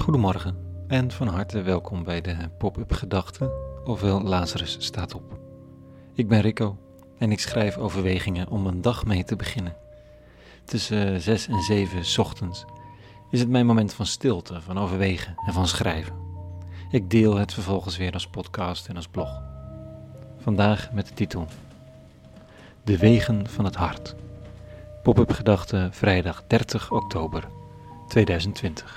Goedemorgen en van harte welkom bij de Pop-up Gedachten, ofwel Lazarus staat op. Ik ben Rico en ik schrijf overwegingen om een dag mee te beginnen. Tussen 6 en 7 's ochtends is het mijn moment van stilte, van overwegen en van schrijven. Ik deel het vervolgens weer als podcast en als blog. Vandaag met de titel De Wegen van het Hart. Pop-up Gedachten vrijdag 30 oktober 2020.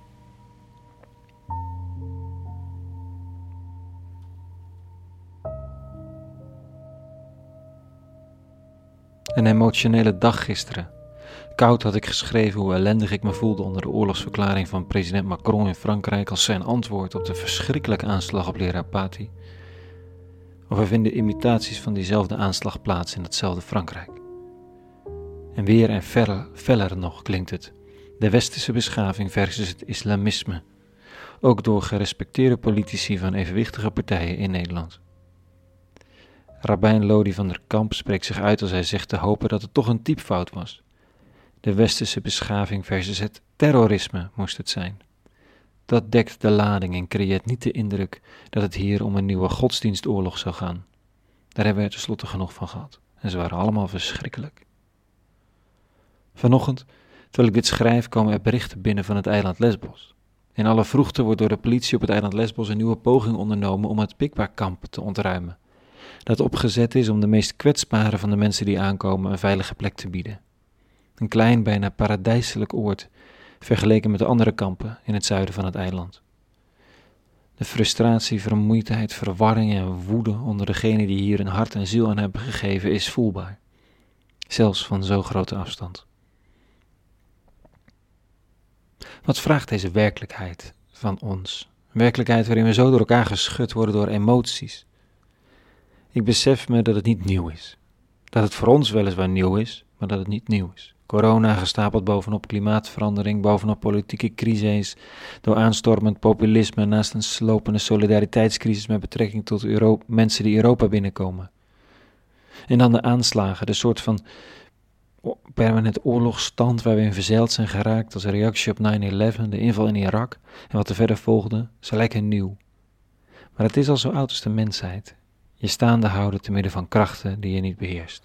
Een emotionele dag gisteren. Koud had ik geschreven hoe ellendig ik me voelde onder de oorlogsverklaring van president Macron in Frankrijk als zijn antwoord op de verschrikkelijke aanslag op leraar Paty. Of er vinden imitaties van diezelfde aanslag plaats in datzelfde Frankrijk. En weer en feller nog klinkt het. De westerse beschaving versus het islamisme. Ook door gerespecteerde politici van evenwichtige partijen in Nederland. Rabbijn Lodi van der Kamp spreekt zich uit als hij zegt te hopen dat het toch een typfout was. De westerse beschaving versus het terrorisme moest het zijn. Dat dekt de lading en creëert niet de indruk dat het hier om een nieuwe godsdienstoorlog zou gaan. Daar hebben we er tenslotte genoeg van gehad. En ze waren allemaal verschrikkelijk. Vanochtend, terwijl ik dit schrijf, komen er berichten binnen van het eiland Lesbos. In alle vroegte wordt door de politie op het eiland Lesbos een nieuwe poging ondernomen om het Pikwa-kamp te ontruimen. Dat opgezet is om de meest kwetsbare van de mensen die aankomen een veilige plek te bieden. Een klein, bijna paradijselijk oord, vergeleken met de andere kampen in het zuiden van het eiland. De frustratie, vermoeidheid, verwarring en woede onder degenen die hier een hart en ziel aan hebben gegeven is voelbaar. Zelfs van zo'n grote afstand. Wat vraagt deze werkelijkheid van ons? Een werkelijkheid waarin we zo door elkaar geschud worden door emoties. Ik besef me dat het niet nieuw is. Dat het voor ons weliswaar nieuw is, maar dat het niet nieuw is. Corona gestapeld bovenop klimaatverandering, bovenop politieke crises, door aanstormend populisme naast een slopende solidariteitscrisis met betrekking tot mensen die Europa binnenkomen. En dan de aanslagen, de soort van permanent oorlogsstand waar we in verzeild zijn geraakt als reactie op 9/11, de inval in Irak en wat er verder volgde, ze lijken nieuw. Maar het is al zo oud als de mensheid. Je staande houden te midden van krachten die je niet beheerst.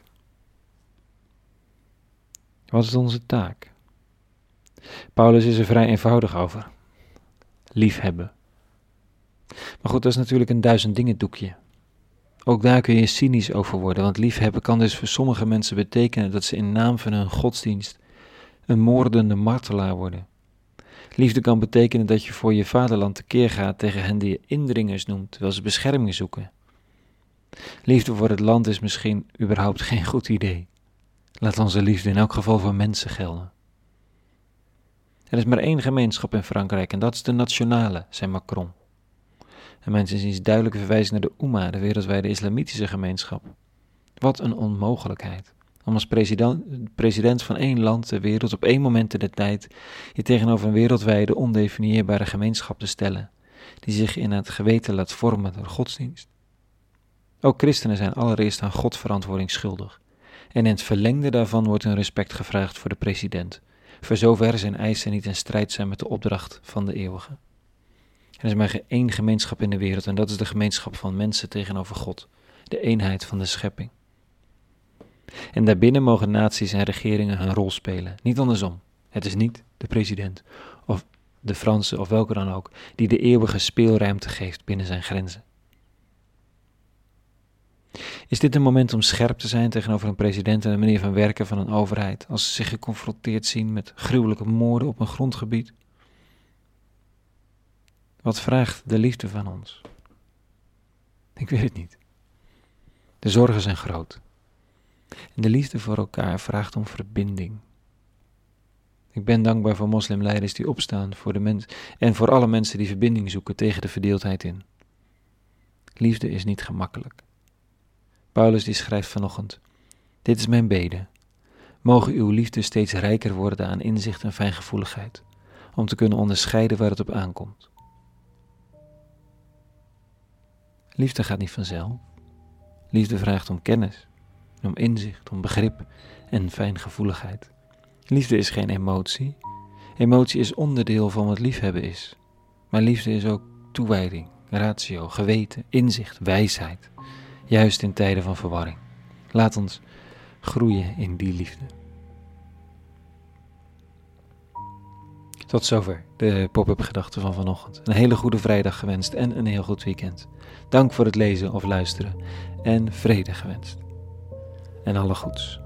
Wat is onze taak? Paulus is er vrij eenvoudig over. Liefhebben. Maar goed, dat is natuurlijk een 1000 dingen doekje. Ook daar kun je cynisch over worden, want liefhebben kan dus voor sommige mensen betekenen dat ze in naam van hun godsdienst een moordende martelaar worden. Liefde kan betekenen dat je voor je vaderland tekeer gaat tegen hen die je indringers noemt, terwijl ze bescherming zoeken. Liefde voor het land is misschien überhaupt geen goed idee. Laat onze liefde in elk geval voor mensen gelden. Er is maar één gemeenschap in Frankrijk en dat is de nationale, zei Macron. En mijn inziens duidelijke verwijzing naar de Oema, de wereldwijde islamitische gemeenschap. Wat een onmogelijkheid. Om als president van één land ter wereld op één moment in de tijd je tegenover een wereldwijde ondefinieerbare gemeenschap te stellen, die zich in het geweten laat vormen door godsdienst. Ook christenen zijn allereerst aan God verantwoording schuldig. En in het verlengde daarvan wordt hun respect gevraagd voor de president, voor zover zijn eisen niet in strijd zijn met de opdracht van de eeuwige. Er is maar één gemeenschap in de wereld en dat is de gemeenschap van mensen tegenover God, de eenheid van de schepping. En daarbinnen mogen naties en regeringen hun rol spelen, niet andersom. Het is niet de president of de Franse of welke dan ook die de eeuwige speelruimte geeft binnen zijn grenzen. Is dit een moment om scherp te zijn tegenover een president en de manier van werken van een overheid, als ze zich geconfronteerd zien met gruwelijke moorden op een grondgebied? Wat vraagt de liefde van ons? Ik weet het niet. De zorgen zijn groot. En de liefde voor elkaar vraagt om verbinding. Ik ben dankbaar voor moslimleiders die opstaan voor de mens en voor alle mensen die verbinding zoeken tegen de verdeeldheid in. Liefde is niet gemakkelijk. Paulus die schrijft vanochtend: Dit is mijn bede. Mogen uw liefde steeds rijker worden aan inzicht en fijngevoeligheid, om te kunnen onderscheiden waar het op aankomt. Liefde gaat niet vanzelf. Liefde vraagt om kennis, om inzicht, om begrip en fijngevoeligheid. Liefde is geen emotie. Emotie is onderdeel van wat liefhebben is. Maar liefde is ook toewijding, ratio, geweten, inzicht, wijsheid. Juist in tijden van verwarring. Laat ons groeien in die liefde. Tot zover de pop-up gedachten van vanochtend. Een hele goede vrijdag gewenst en een heel goed weekend. Dank voor het lezen of luisteren en vrede gewenst. En alle goeds.